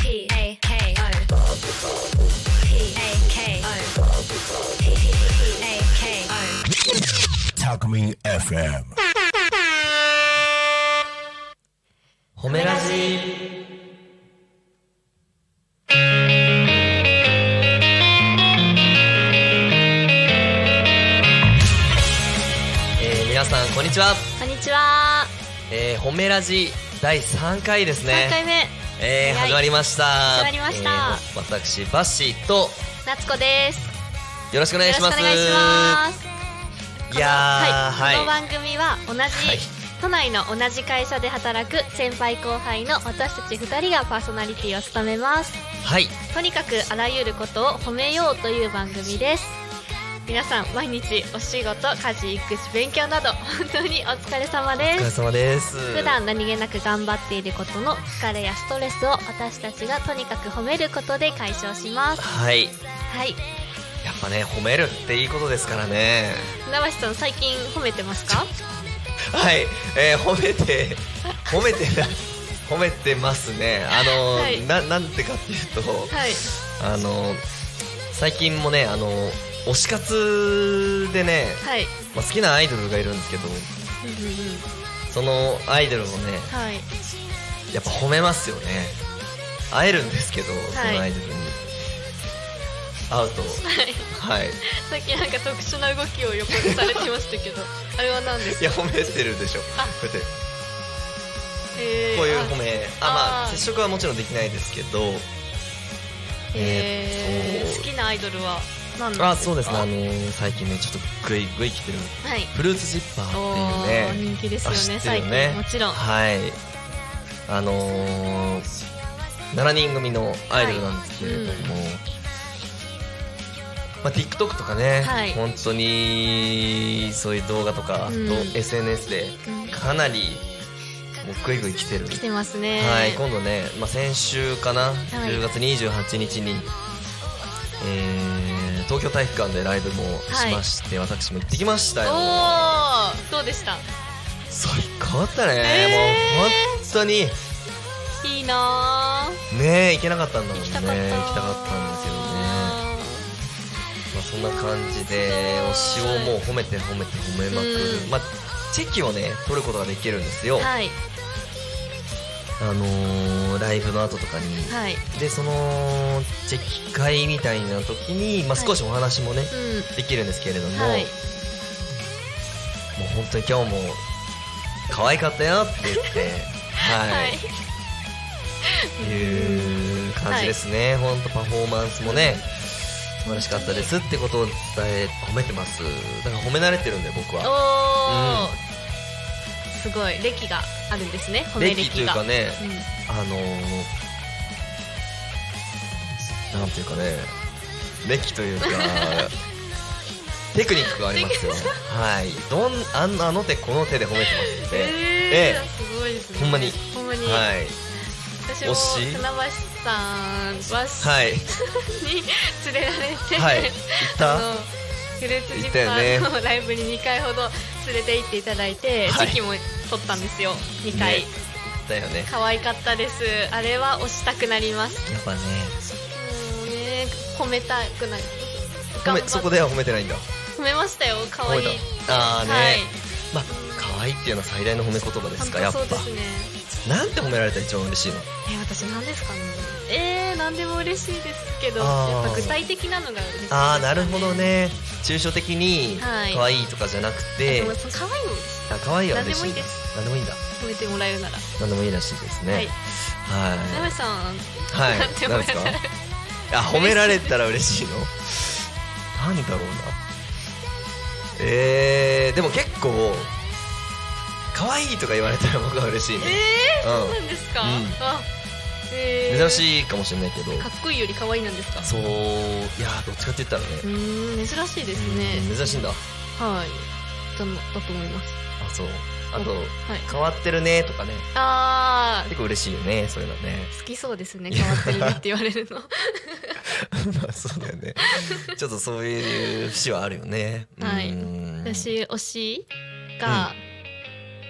タクミン FM 褒めラジ。皆さんこんにちは。 こんにちは。 褒めラジ第3回ですね。 3回目、 始まりました。 始まりました。 私バッシーと夏子です。 よろしくお願いします。 よろしくお願いします。 いやー、 この番組は同じ、都内の同じ会社で働く先輩後輩の私たち2人がパーソナリティを務めます。 はい。 とにかくあらゆることを褒めようという番組です。皆さん毎日お仕事、家事、育児、勉強など本当にお疲れ様です。 お疲れ様です。 普段何気なく頑張っていることの疲れやストレスを私たちがとにかく褒めることで解消します。 はいはい。 やっぱね、褒めるっていいことですからね。 船橋さん最近褒めてますか？ はい、褒めてますね。 はい、 なんてかっていうと、 はい、 最近もね、推し活でね、 はい、 好きなアイドルがいるんですけど、そのアイドルをね、 はい、 やっぱ褒めますよね。会えるんですけど、そのアイドルに会うと、はい、 さっきなんか特殊な動きを横でされてましたけどあれは何ですか？ いや、褒めてるでしょ。こうやって、こういう褒め、接触はもちろんできないですけど、 好きなアイドルは何なんですか？ そうですね、最近ねちょっとグイグイ来てる、 はい、 フルーツジッパーっていうね、 人気ですよね、 ね、 最近。もちろん、 はい、7人組のアイドルなんですけれども、TikTok とかね、本当にそういう動画とか、SNS でかなりもうグイグイ来てますね。 はい、今度ね、先週かな、10月28日に、東京体育館でライブもしまして、私も行ってきましたよ。 どうでした？ 最高だったね、もう本当にいいなーね。行けなかったんだもんね。行きたかったんですよね。そんな感じで推しをもう褒めまくる、チェキをね取ることができるんですよ。 はい、 ライブの後とかに、でそのチェキ会みたいな時に、少しお話もね、できるんですけれども、もう本当に今日も可愛かったよって言っていう感じですね。本当パフォーマンスもね素晴らしかったですってことを褒めてます。だから褒め慣れてるんで僕は。 すごい歴があるんですね。褒め歴というかね、なんていうかね、歴というかテクニックがありますよ。はい、あの手この手で褒めてますんで、 すごいですね。 ほんまに、はい。 私も船橋さんに連れられて、 行ったフルーツジッパーのライブに2回ほど連れて行っていただいて、チェキも取ったんですよ、2回。 だよね。 可愛かったです。あれは推したくなります。 やっぱね。 もうね、褒めたくなる。 そこでは褒めてないんだ。 褒めましたよ、可愛い。 可愛いっていうのは最大の褒め言葉ですか、やっぱ。 そうですね。 なんて褒められたら一番嬉しいの？ 私なんですかね。なんでも嬉しいですけど、やっぱ具体的なのが嬉しいですね。 なるほどね。抽象的に可愛いとかじゃなくて、 可愛いのです。 可愛いは嬉しい。 何でもいいです。 何でもいいんだ。 褒めてもらえるなら。 何でもいいらしいですね。はい。 なべさん、 何ですか？褒められたら嬉しいの？なんだろうな。でも結構可愛いとか言われたら僕は嬉しいね。 そうなんですか？ 珍しいかもしれないけど、 かっこいいより可愛いなんですか？ そう、いやどっちかって言ったらね、 珍しいですね。 珍しいんだ。 はい、だと思います。 そう。あと、変わってるねとかね。結構嬉しいよね、そういうのね。 好きそうですね、変わってるねって言われるの。 そうだよね。ちょっとそういう節はあるよね。 はい。私推しが、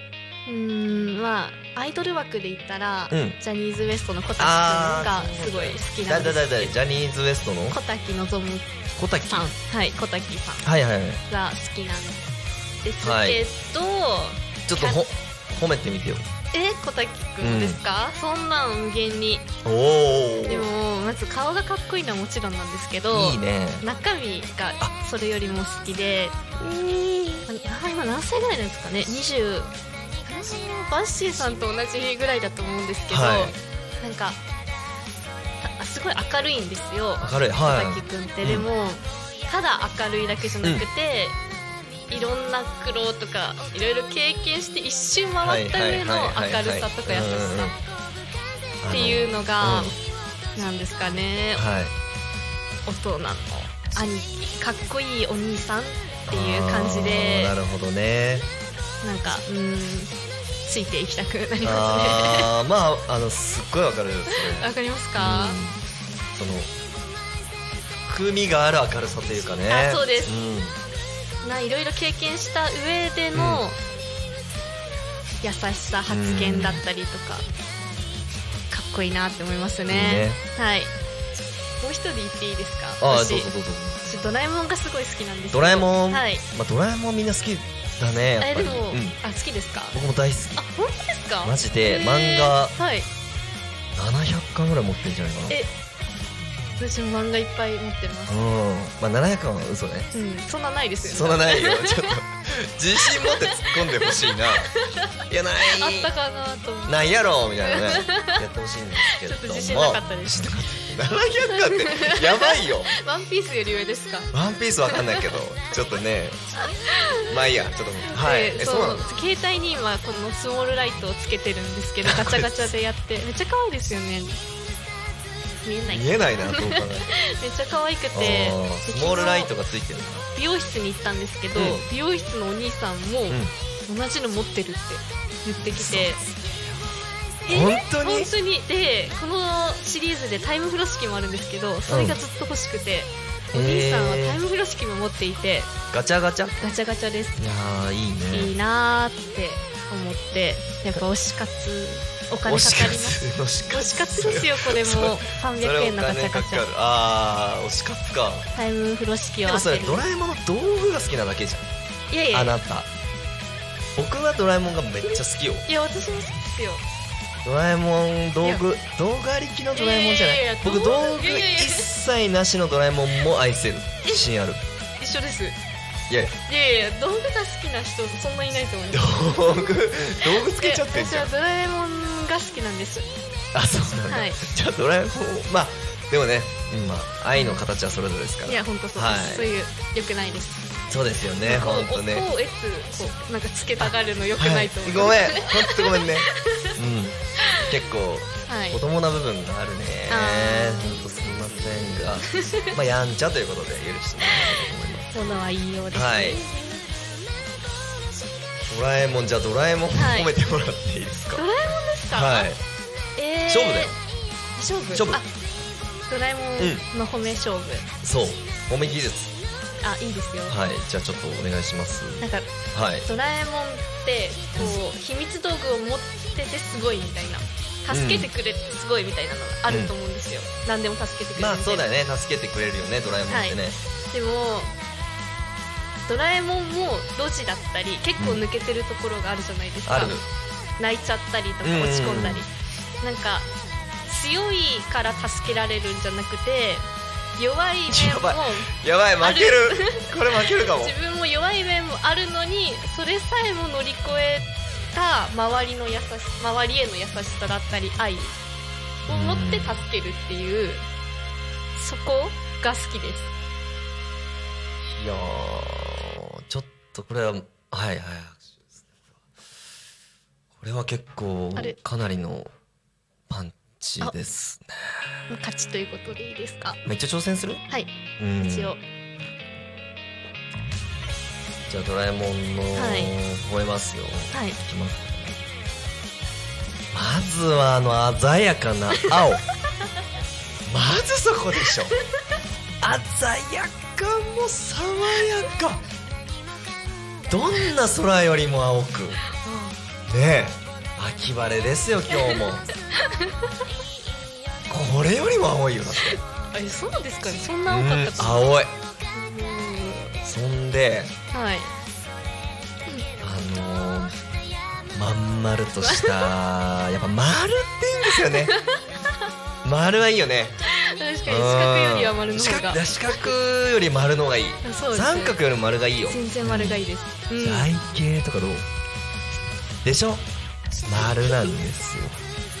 まあアイドル枠で言ったら、 うん、 ジャニーズ WEST の小滝くんがすごい好きなんですけど、 ジャニーズ WEST の小滝望さん、 小滝さんはいはいはいが好きなんですけど、 はい、ちょっと褒めてみてよ。 小滝くんですか、そんなん無限に。でもまず顔がかっこいいのはもちろんなんですけど、 いいね、 中身がそれよりも好きで、今何歳ぐらいなんですかね。20、バッシーさんと同じぐらいだと思うんですけど、はい、なんかすごい明るいんですよ、 明るい、はい、 小滝くんって。でも、ただ明るいだけじゃなくて、いろんな苦労とかいろいろ経験して一周回った上の明るさとか優しさっていうのが、なんですかね、大人の兄貴、かっこいいお兄さんっていう感じで、 なるほどね、 なんかついていきたくなりますね。 まあすっごいわかるですね。 わかりますか？ その含みがある明るさというかね。 そうです。いろいろ経験した上での優しさ、発言だったりとか、かっこいいなって思いますね。はい。もう一人言っていいですか？ どうぞ。 ドラえもんがすごい好きなんですけど。 ドラえもん、 はい。 まあドラえもんみんな好きだね、やっぱり。 でも、好きですか？ 僕も大好き。 本当ですか？ マジで漫画700巻ぐらい持ってるんじゃないかな。 私も漫画いっぱい持ってます。 まあ700巻は嘘ね。 そんなないですよね。 そんなないよ。ちょっと自信持って突っ込んでほしいな。いや、ない。 あったかなと思って。 ないやろみたいなね。やってほしいんですけども。 ちょっと自信なかったです。 700巻ってやばいよ。 ワンピースより上ですか？ ワンピースわかんないけど、ちょっとね。まあいいや、ちょっとはい。 そう。携帯に今このスモールライトをつけてるんですけど、ガチャガチャでやってめっちゃ可愛いですよね。見えないな、どうかな。めっちゃ可愛くて、 スモールライトがついてるな。 美容室に行ったんですけど、美容室のお兄さんも同じの持ってるって言ってきて、 本当にで、このシリーズでタイム風呂敷もあるんですけど、それがずっと欲しくて、お兄さんはタイム風呂敷も持っていて、 ガチャガチャです。 いやー、いいね。 いいなーって思って、やっぱ推し活お金かかります。推し活ですよ、これも300円のガチャガチャ。 推し活か。 タイム風呂敷を当てる。 でもそれドラえもんの道具が好きなだけじゃん。いやあなた。僕はドラえもんがめっちゃ好きよ。 いや、私も好きですよ。 ドラえもん動画ありきのドラえもんじゃない。僕道具一切なしのドラえもんも愛せる自信ある。 一緒です。 いや道具が好きな人そんないないと思います。 道具つけちゃってんじゃん。 私はドラえもんが好きなんです。 そうなんだ。じゃあドラえもん、まあでもね、愛の形はそれぞれですから。 いや、本当そうです。そういう良くないです。 そうですよね、本当ね。 こうなんかつけたがるの良くないと思う。 ごめん、本当ごめんね。結構子供な部分があるね。本当すみませんが、やんちゃということで許してもらえたと思います。 ものはいいようですね。 ドラえもん、じゃあドラえもん褒めてもらっていいですか？ ドラえもんですか？ はい。勝負だよ。 勝負。ドラえもんの褒め勝負。 そう、褒め技術。 いいですよ。 はい、じゃあちょっとお願いします。 なんかドラえもんってこう秘密道具を持っててすごいみたいな。助けてくれてすごいみたいなのがあると思うんですよ。何でも助けてくれる。 まあそうだよね、助けてくれるよね、ドラえもんってね。 でもドラえもんもドジだったり結構抜けてるところがあるじゃないですか。泣いちゃったりとか落ち込んだり、なんか強いから助けられるんじゃなくて、弱い面もやばい負けるこれ負けるかも。 自分も弱い面もあるのに、それさえも乗り越えた周りへの優しさだったり愛を持って助けるっていう、そこが好きです。 いやー、ちょっとこれはこれは結構かなりのパンチですね。 勝ちということでいいですか？ めっちゃ挑戦する？ はい、一応。 じゃあドラえもんの吠えますよ。 はい。 いきます。まずは鮮やかな青。まずそこでしょ。鮮やかも爽やか。どんな空よりも青く。 ねえ秋晴れですよ今日もこれよりも青いよだってそうですかね、そんな多かったかな。 青い。そんではい、 まん丸としたやっぱ丸っていいんですよね丸はいいよね。 確かに四角よりは丸の方が、 四角より丸の方がいい。 そうですね、 三角より丸がいいよ。 全然丸がいいです、 台形とかどうでしょ。丸なんですよ。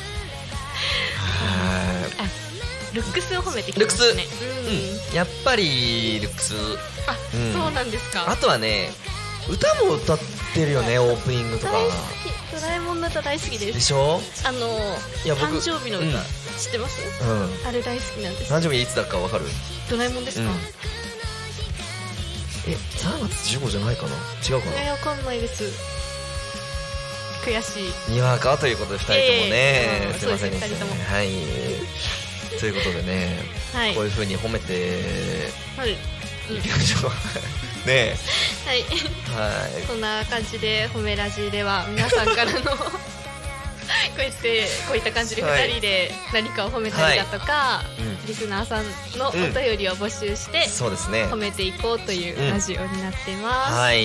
ルックスを褒めてきましたね。 やっぱりルックス。 そうなんですか。 あとはね歌も歌ってるよね、オープニングとか。 大好き、ドラえもんの歌大好きです。 でしょ。 誕生日の歌、知ってます？あれ大好きなんです。 誕生日いつだかわかる？ ドラえもんですか ？3月15じゃないかな、違うかな。 わかんないです。悔しい。 にわかということで2人ともね、すいません 2人とも。 はい。ということでね、こういう風に褒めていきましょうね。 はい、そんな感じで褒めラジでは皆さんからのこういった感じで2人で何かを褒めたりだとか、リスナーさんのお便りを募集して褒めていこうというラジオになってます。はい、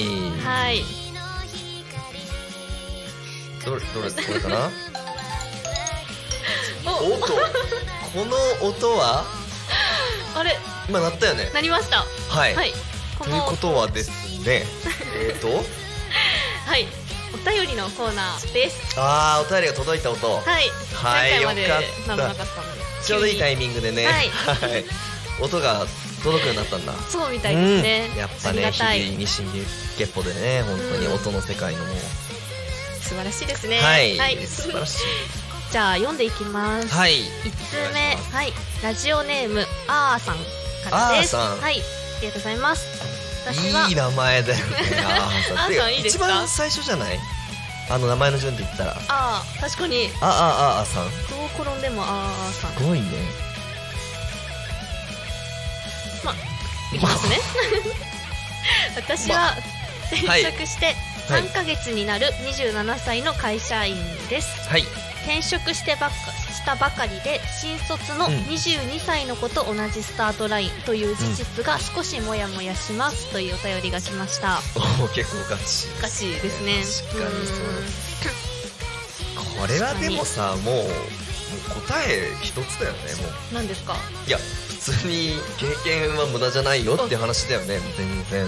どれかなこの音はあれ今鳴ったよね。 鳴りました。 はい、ということはですねはいお便りのコーナーです。 お便りが届いた音。 はい、前回まで鳴らなかったのでちょうどいいタイミングでね、音が届くようになったんだ。 そうみたいですね。 やっぱね日々西月歩でね、本当に音の世界のもう素晴らしいですね。 はい、素晴らしい。 じゃあ読んでいきます。 はい、 1通目、ラジオネームあーさんからです。はい、ありがとうございます。 いい名前だよね。 あーさんいいですか？ 一番最初じゃない？名前の順で言ったら。 確かに。 あーさん。 どう転んでもあーさん。 すごいね。 いきますね。私は転職して3ヶ月になる27歳の会社員です。転職したばかりで新卒の22歳の子と同じスタートラインという事実が少しモヤモヤしますというお便りが来ました。 結構ガチですね。 確かにそう。これはでもさ、もう答え一つだよね。もう何ですか？ いや普通に経験は無駄じゃないよって話だよね。全然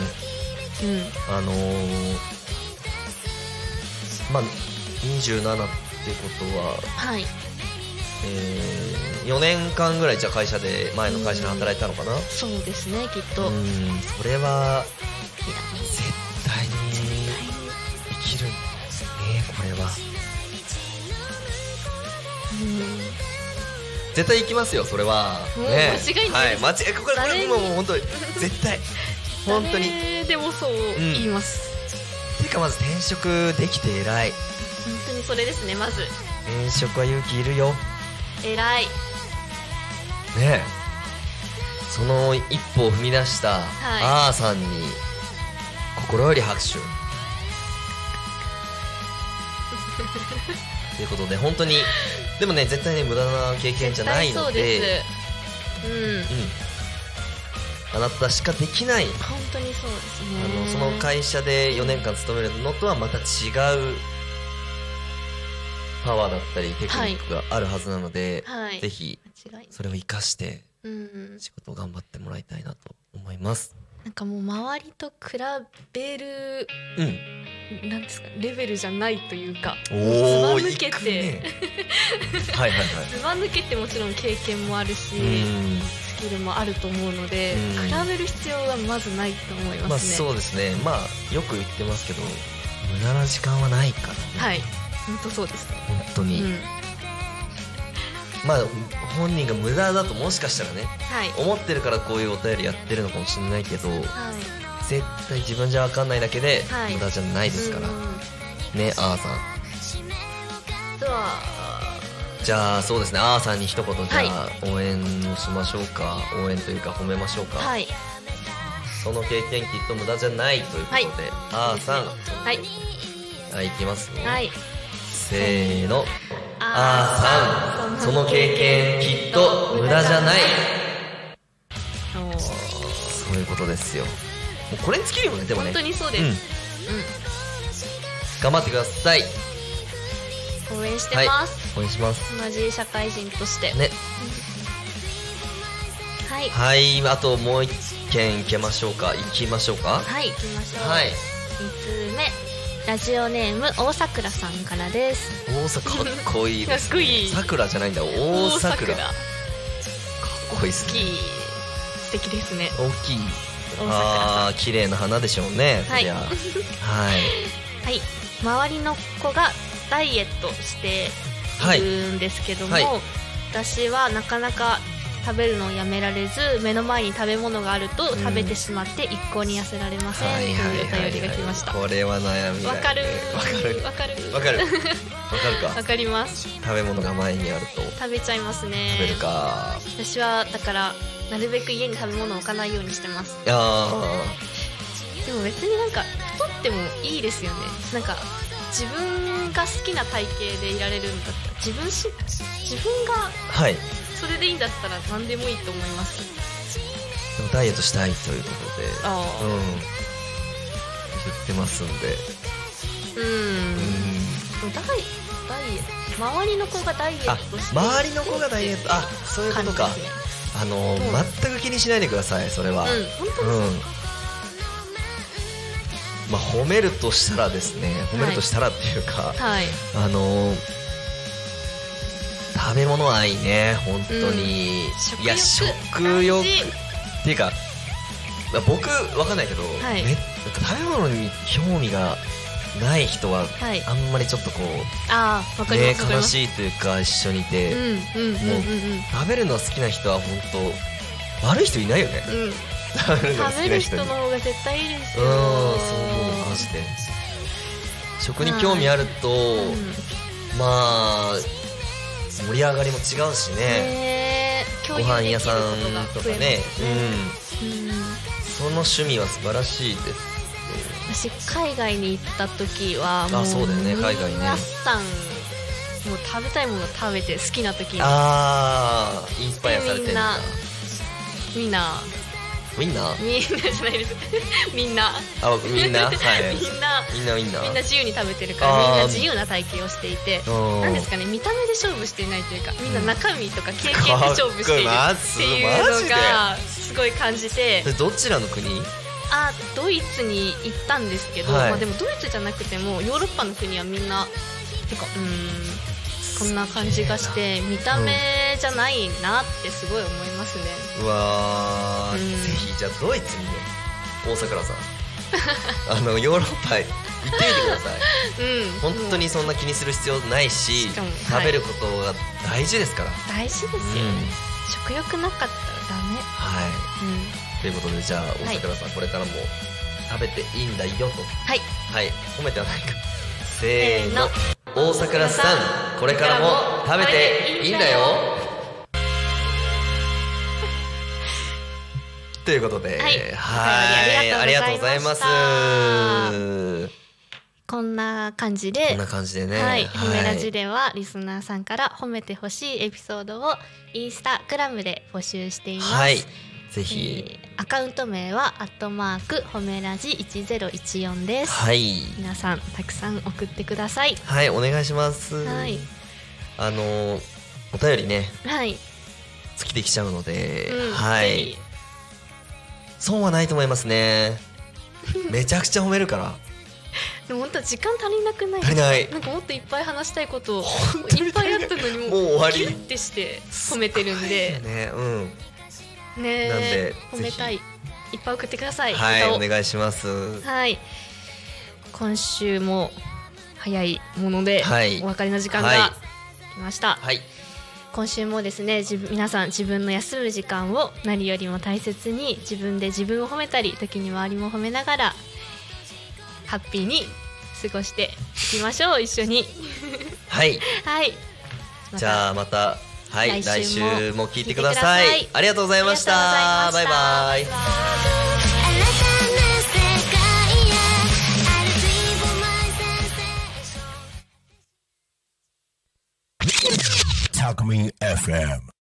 27ってことは、4年間ぐらいじゃ会社で前の会社で働いたのかな。 そうですね、きっと。 それは絶対に生きるこれは絶対行きますよ。それは間違いないです。 これもう本当に絶対本当にでもそう言います。 ていうかまず転職できて偉い。 本当にそれですね。まず転職は勇気いるよ。 偉いね。その一歩を踏み出したあーさんに心より拍手ということで、本当にでもね絶対ね無駄な経験じゃないので、あなたしかできない。 本当にそうですね。 その会社で4年間勤めるのとはまた違うパワーだったりテクニックがあるはずなので、ぜひそれを生かして仕事を頑張ってもらいたいなと思います。 なんかもう周りと比べる、なんですか、レベルじゃないというか、ずば抜けてずば抜けてもちろん経験もあるし、スキルもあると思うので、比べる必要はまずないと思いますね。 そうですね。よく言ってますけど無駄な時間はないからね。 本当そうです。 本当に、本人が無駄だともしかしたらね、思ってるからこういうお便りやってるのかもしれないけど、絶対自分じゃ分かんないだけで無駄じゃないですからね。あーさんじゃあそうですね、あーさんに一言じゃあ応援をしましょうか。応援というか褒めましょうか。その経験きっと無駄じゃないということで、あーさんいきますよ。 せーの。あーさん、その経験きっと無駄じゃない。そういうことですよ。もうこれに尽きるよね。でもね、 本当にそうです、 頑張ってください。 応援してます、 応援します。 同じ社会人としてね。はい、あともう一件行きましょうか。はい、行きましょう。 はい、 2 つ目、ラジオネーム大桜さんからです。 大桜かっこいいです、ね、 かっこいい。 桜じゃないんだ、大桜。かっこいいですね。 素敵ですね。 大きい。ああ、綺麗な花でしょうね。 はい。 はい。 はい。周りの子がダイエットしているんですけども、私はなかなか食べるのをやめられず、目の前に食べ物があると食べてしまって一向に痩せられません、というお便りが来ました。 これは悩みだよね。わかるか。わかります。食べ物が前にあると食べちゃいますね。 食べるか。 私はだからなるべく家に食べ物を置かないようにしてます。でも別になんか太ってもいいですよね。なんか自分が好きな体型でいられるんだったら、自分がそれでいいんだったら何でもいいと思います。 でもダイエットしたいということで、言ってますんで。 ダイエット、周りの子がダイエットして、 周りの子がダイエット、そういうことか。全く気にしないでください、それは。 本当に褒めるとしたらですね、褒めるとしたらっていうか、食べ物愛ね、本当に。いや、食欲っていうか、僕わかんないけど、食べ物に興味がない人はあんまりちょっとこう悲しいというか、一緒にいて、もう食べるの好きな人は本当悪い人いないよね。食べるの好きな人の方が絶対いいですよ。 そう思う、マジで。食に興味あると、まあ盛り上がりも違うしね。ご飯屋さんとかね、その趣味は素晴らしいです。 私海外に行った時はもうそうだよね、海外ね。 皆さんもう食べたいもの食べて、好きな時にインスパイアされてるんだ。 みんなじゃないです。みんなみんな自由に食べてるから、みんな自由な体型をしていて、なんですかね、見た目で勝負していないというか、みんな中身とか経験で勝負しているっていうのがすごい感じて。 どちらの国？ ドイツに行ったんですけど、でもドイツじゃなくてもヨーロッパの国はみんなこんな感じがして、見た目じゃないなってすごい思いますね。 うわー、ぜひじゃあドイツにね、大桜さんヨーロッパ行ってみてください。本当にそんな気にする必要ないし、食べることが大事ですから。 大事ですよ、食欲なかったらダメ。 ということで、じゃあ大桜さん、これからも食べていいんだよと。褒めてはないか。せーの。大桜さん、これからも食べていいんだよ。ということで、ありがとうございます。 こんな感じでね、褒めラジではリスナーさんから褒めてほしいエピソードをインスタグラムで募集しています。 ぜひ、 アカウント名は@褒めラジ1014です。皆さんたくさん送ってください。 お願いします。お便りね、尽きてきちゃうので、損はないと思いますね。めちゃくちゃ褒めるから。 でも本当時間足りなくない？ 足りない。 なんかもっといっぱい話したいことをいっぱいあったのに、もう終わりってして褒めてるんでね。なんで褒めたい、いっぱい送ってください。 お願いします。 今週も早いものでお別れの時間が来ました。今週もですね、皆さん自分の休む時間を何よりも大切に、自分で自分を褒めたり、時に周りも褒めながらハッピーに過ごしていきましょう、一緒に。 じゃあまた来週も聞いてください。ありがとうございました。バイバイ。 Talk Me FM.